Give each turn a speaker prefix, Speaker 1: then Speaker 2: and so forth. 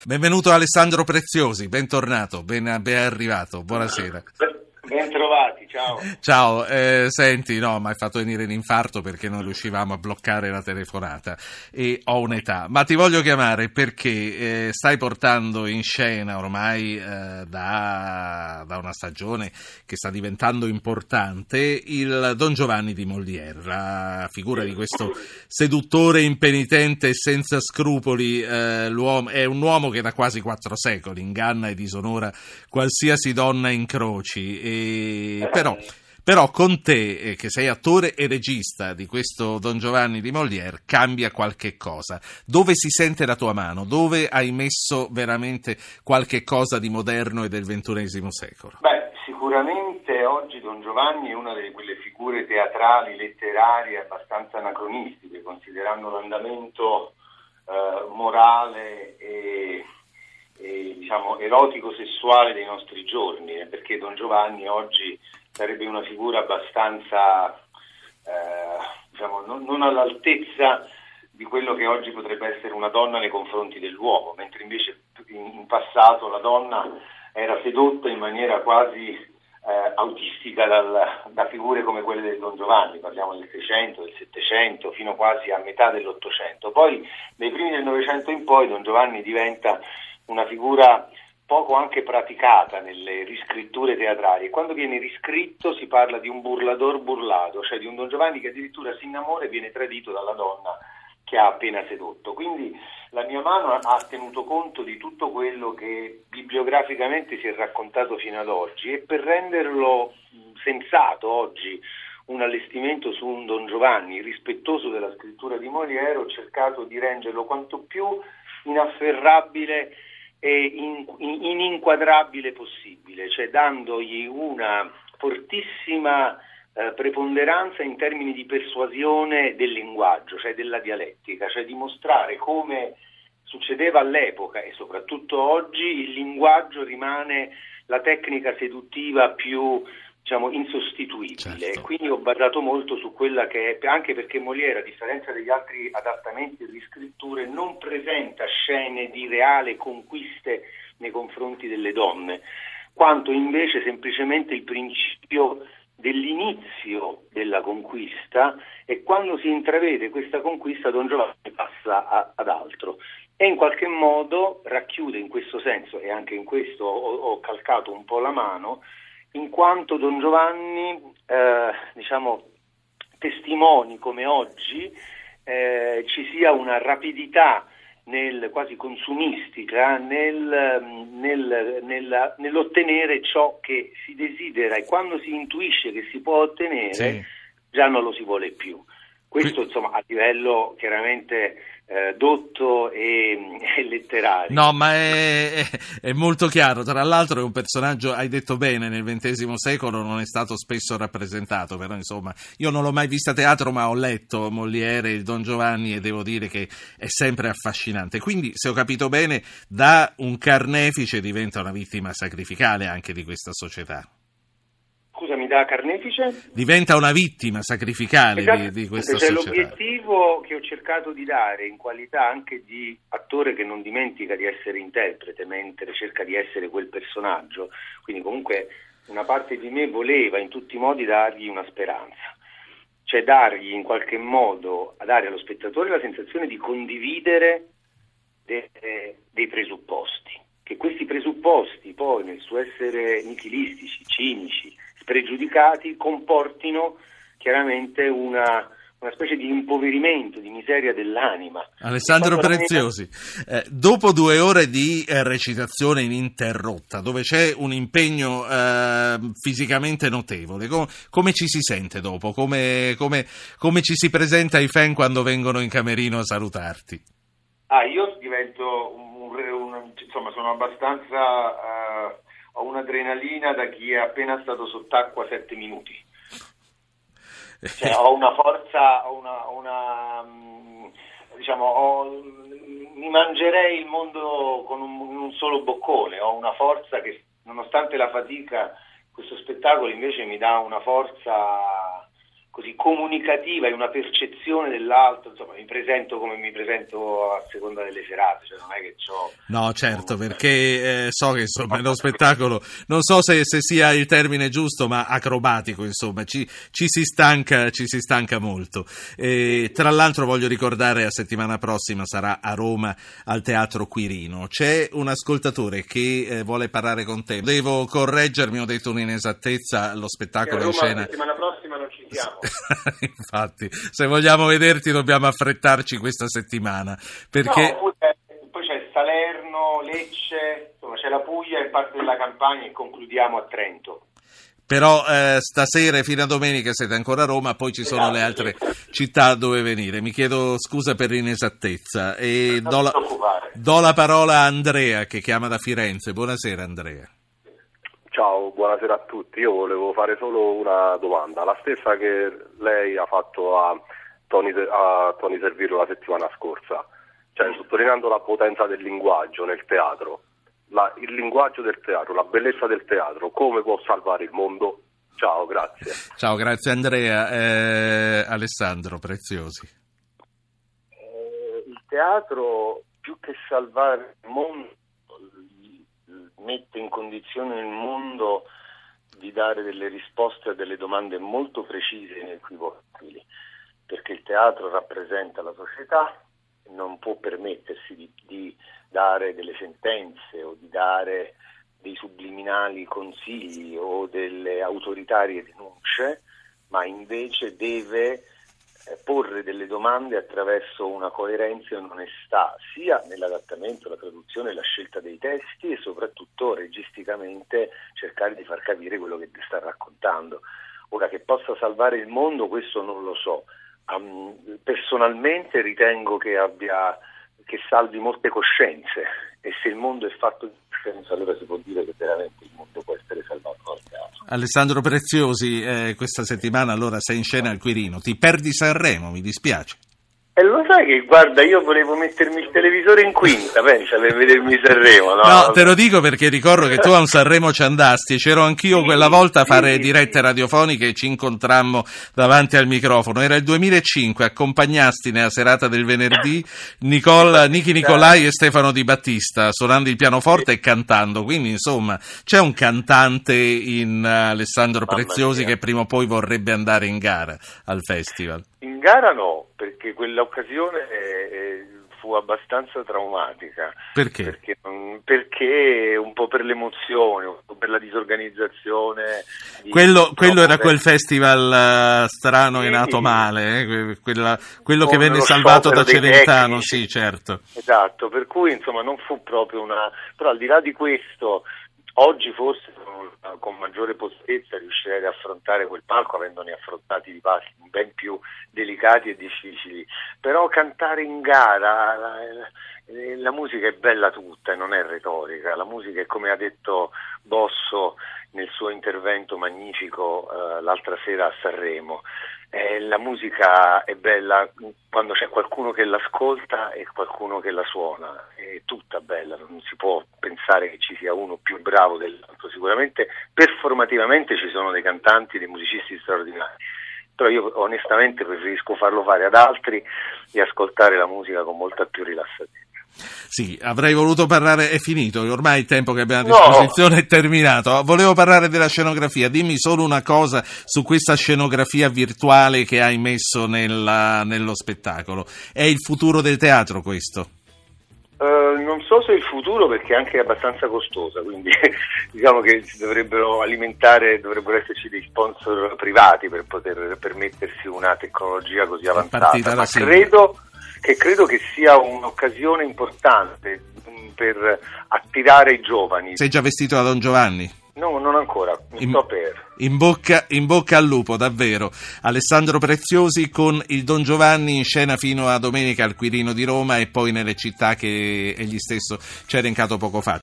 Speaker 1: Benvenuto Alessandro Preziosi, bentornato, ben arrivato, buonasera.
Speaker 2: Ben trovati, ciao.
Speaker 1: Ciao, senti, no, mi hai fatto venire l'infarto perché non riuscivamo a bloccare la telefonata e ho un'età, ma ti voglio chiamare perché stai portando in scena ormai da una stagione che sta diventando importante il Don Giovanni di Molière, la figura di questo seduttore impenitente e senza scrupoli. L'uomo è un uomo che da quasi 4 secoli inganna e disonora qualsiasi donna incroci. Però con te, che sei attore e regista di questo Don Giovanni di Molière, cambia qualche cosa. Dove si sente la tua mano? Dove hai messo veramente qualche cosa di moderno e del XXI secolo?
Speaker 2: Beh, sicuramente oggi Don Giovanni è una delle quelle figure teatrali, letterarie abbastanza anacronistiche, considerando l'andamento morale e diciamo erotico-sessuale dei nostri giorni, perché Don Giovanni oggi sarebbe una figura abbastanza non all'altezza di quello che oggi potrebbe essere una donna nei confronti dell'uomo, mentre invece in passato la donna era sedotta in maniera quasi autistica da figure come quelle del Don Giovanni. Parliamo del 600, del 700, fino quasi a metà dell'800. Poi nei primi del Novecento in poi Don Giovanni diventa una figura poco anche praticata nelle riscritture teatrali, e quando viene riscritto si parla di un burlador burlato, cioè di un Don Giovanni che addirittura si innamora e viene tradito dalla donna che ha appena sedotto. Quindi la mia mano ha tenuto conto di tutto quello che bibliograficamente si è raccontato fino ad oggi, e per renderlo sensato oggi un allestimento su un Don Giovanni rispettoso della scrittura di Molière, ho cercato di renderlo quanto più inafferrabile e ininquadrabile possibile, cioè dandogli una fortissima preponderanza in termini di persuasione del linguaggio, cioè della dialettica, cioè dimostrare come succedeva all'epoca e soprattutto oggi il linguaggio rimane la tecnica seduttiva più insostituibile.
Speaker 1: Certo.
Speaker 2: E quindi ho basato molto su quella che è, anche perché Molière, a differenza degli altri adattamenti e riscritture, non presenta scene di reale conquiste nei confronti delle donne, quanto invece semplicemente il principio dell'inizio della conquista, e quando si intravede questa conquista Don Giovanni passa ad altro. E in qualche modo racchiude in questo senso, e anche in questo ho calcato un po' la mano, in quanto Don Giovanni testimoni come oggi ci sia una rapidità quasi consumistica nell'ottenere ciò che si desidera, e quando si intuisce che si può ottenere, sì, già non lo si vuole più. Questo a livello chiaramente dotto e letterario.
Speaker 1: No, ma è molto chiaro. Tra l'altro è un personaggio, hai detto bene, nel XX secolo non è stato spesso rappresentato, però io non l'ho mai visto a teatro, ma ho letto Molière e il Don Giovanni e devo dire che è sempre affascinante. Quindi, se ho capito bene, da un carnefice diventa una vittima sacrificale anche di questa società.
Speaker 2: Scusami, da carnefice?
Speaker 1: Diventa una vittima sacrificale di questa società.
Speaker 2: L'obiettivo che ho cercato di dare in qualità anche di attore che non dimentica di essere interprete mentre cerca di essere quel personaggio, quindi comunque una parte di me voleva in tutti i modi dargli una speranza, cioè dargli in qualche modo, dare allo spettatore la sensazione di condividere dei presupposti, che questi presupposti poi nel suo essere nichilistici, cinici, spregiudicati, comportino chiaramente una specie di impoverimento, di miseria dell'anima.
Speaker 1: Alessandro Preziosi, dopo 2 ore di recitazione ininterrotta, dove c'è un impegno fisicamente notevole, come ci si sente dopo? Come ci si presenta ai fan quando vengono in camerino a salutarti?
Speaker 2: Io divento sono abbastanza... ho un'adrenalina da chi è appena stato sott'acqua 7 minuti. Cioè, ho una forza, mi mangerei il mondo con un solo boccone. Ho una forza che, nonostante la fatica, questo spettacolo invece mi dà una forza così comunicativa e una percezione dell'altro, insomma mi presento come mi presento a seconda delle serate, cioè non è che c'ho...
Speaker 1: No, certo, perché so che insomma è uno spettacolo, non so se sia il termine giusto, ma acrobatico, insomma, ci si stanca molto. Tra l'altro voglio ricordare, la settimana prossima sarà a Roma al Teatro Quirino. C'è un ascoltatore che vuole parlare con te. Devo correggermi, ho detto un'inesattezza, lo spettacolo in scena...
Speaker 2: La settimana prossima non ci siamo.
Speaker 1: Infatti, se vogliamo vederti dobbiamo affrettarci questa settimana, perché...
Speaker 2: No, poi c'è Salerno, Lecce, insomma c'è la Puglia e parte della Campania e concludiamo a Trento.
Speaker 1: Però stasera e fino a domenica siete ancora a Roma, poi ci sono le altre città dove venire. Mi chiedo scusa per l'inesattezza e do la parola a Andrea che chiama da Firenze. Buonasera Andrea.
Speaker 3: Ciao, buonasera a tutti. Io volevo fare solo una domanda, la stessa che lei ha fatto a Tony Servillo la settimana scorsa, cioè sottolineando la potenza del linguaggio nel teatro, il linguaggio del teatro, la bellezza del teatro, come può salvare il mondo? Ciao, grazie.
Speaker 1: Ciao, grazie Andrea. Alessandro Preziosi.
Speaker 4: Il teatro, più che salvare il mondo, mette in condizione il mondo di dare delle risposte a delle domande molto precise e inequivocabili, perché il teatro rappresenta la società, non può permettersi di dare delle sentenze o di dare dei subliminali consigli o delle autoritarie denunce, ma invece deve porre delle domande attraverso una coerenza e un'onestà, sia nell'adattamento, la traduzione, la scelta dei testi e soprattutto registicamente cercare di far capire quello che sta raccontando. Ora, che possa salvare il mondo, questo non lo so. Personalmente ritengo che salvi molte coscienze, e se il mondo è fatto di coscienza allora si può dire che veramente il mondo può essere salvato dal caso.
Speaker 1: Alessandro Preziosi, questa settimana allora sei in scena al Quirino, ti perdi Sanremo, mi dispiace.
Speaker 4: E lo sai che, guarda, io volevo mettermi il televisore in quinta, pensa, per vedermi Sanremo, no?
Speaker 1: No, te lo dico perché ricordo che tu a un Sanremo ci andasti e c'ero anch'io quella volta a fare dirette radiofoniche e ci incontrammo davanti al microfono. Era il 2005, accompagnasti nella serata del venerdì Nichi Nicolai e Stefano Di Battista suonando il pianoforte e cantando, quindi insomma c'è un cantante in Alessandro Preziosi che prima o poi vorrebbe andare in gara al festival.
Speaker 4: In gara no, perché quell'occasione fu abbastanza traumatica.
Speaker 1: Perché?
Speaker 4: Perché un po' per l'emozione, un po' per la disorganizzazione.
Speaker 1: Quello era quel festival strano e nato male, quello che venne salvato da Celentano, sì, certo.
Speaker 4: Esatto, per cui insomma non fu proprio però al di là di questo, oggi forse con maggiore postezza riuscirei ad affrontare quel palco avendone affrontati di passi ben più delicati e difficili, però cantare in gara, la musica è bella tutta e non è retorica, la musica è, come ha detto Bosso nel suo intervento magnifico l'altra sera a Sanremo, la musica è bella quando c'è qualcuno che l'ascolta e qualcuno che la suona, è tutta bella, non si può pensare che ci sia uno più bravo dell'altro. Sicuramente performativamente ci sono dei cantanti, dei musicisti straordinari, però io onestamente preferisco farlo fare ad altri e ascoltare la musica con molta più rilassazione.
Speaker 1: Sì, avrei voluto parlare, è finito, ormai il tempo che abbiamo a disposizione è terminato. Volevo parlare della scenografia, dimmi solo una cosa su questa scenografia virtuale che hai messo nello spettacolo. È il futuro del teatro questo?
Speaker 4: Non so se è il futuro, perché è anche abbastanza costosa, quindi diciamo che dovrebbero esserci dei sponsor privati per poter permettersi una tecnologia così avanzata, ma credo che sia un'occasione importante per attirare i giovani.
Speaker 1: Sei già vestito da Don Giovanni?
Speaker 4: No, non ancora, sto per.
Speaker 1: In bocca al lupo, davvero. Alessandro Preziosi con il Don Giovanni in scena fino a domenica al Quirino di Roma e poi nelle città che egli stesso ci ha elencato poco fa.